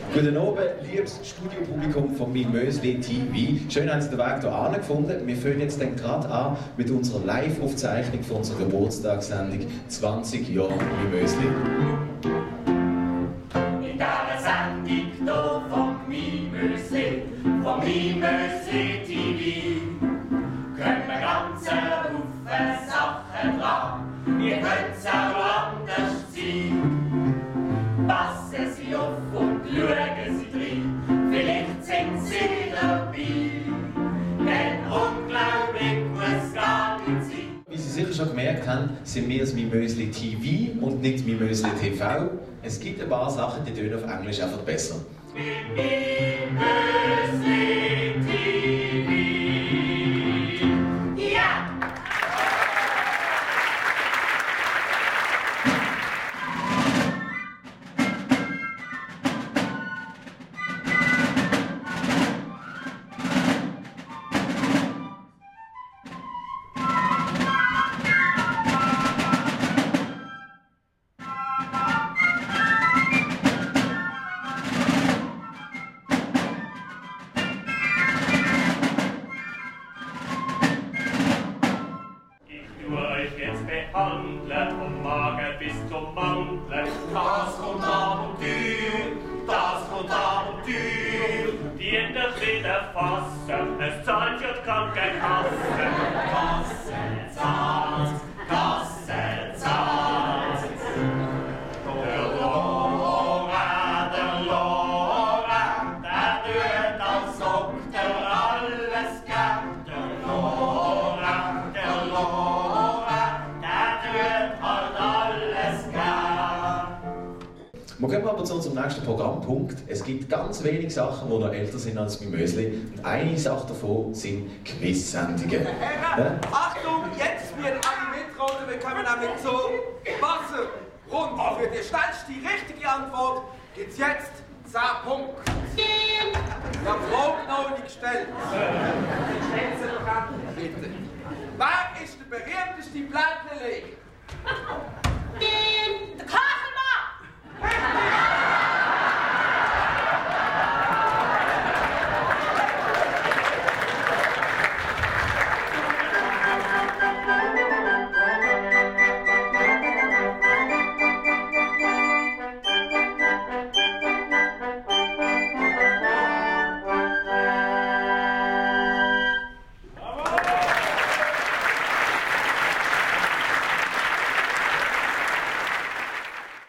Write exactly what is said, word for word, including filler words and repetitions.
Guten Abend, liebes Studiopublikum von Mimösli T V. Schön, haben Sie den Weg hier gefunden. Wir fangen jetzt gerade an mit unserer Live-Aufzeichnung von unserer Geburtstagssendung zwanzig Jahre Mimösli. In dieser Sendung hier von Mimösli, von Mimösli T V, können wir ganze Haufen Sachen dran. Wir können es auch anders sein. Passen Sie auf und schauen Sie rein, vielleicht sind Sie dabei. Denn unglaublich muss gar nicht sein. Wie Sie sicher schon gemerkt haben, sind wir das Mimösli T V und nicht Mimösli T V. Es gibt ein paar Sachen, die tönen auf Englisch einfach besser. Mimösli T V. Ja! Vom Magen bis zum Mantel. Das kommt ab und Tür, das kommt ab und Tür. Die Hände wieder fassen, es zahlt ja die Krankenkasse. Kasse zahlt, Kasse zahlt. Der Lora, der Lora, der tut als ob der alles gern. Der Lora, der Lora, der tut halt alles gern. Wir kommen aber zu unserem nächsten Programmpunkt. Es gibt ganz wenige Sachen, die noch älter sind als Mimösli. Und eine Sache davon sind Quiz-Sendungen. Herren, Achtung, jetzt werden alle mitraten. Wir kommen damit zu Wasser. Rund für die schnellste richtige Antwort gibt's jetzt zehn Punkte. Ich habe Fragen noch nicht gestellt. Stellen Sie doch an. Bitte. Wer ist der berühmteste Plättchenleger?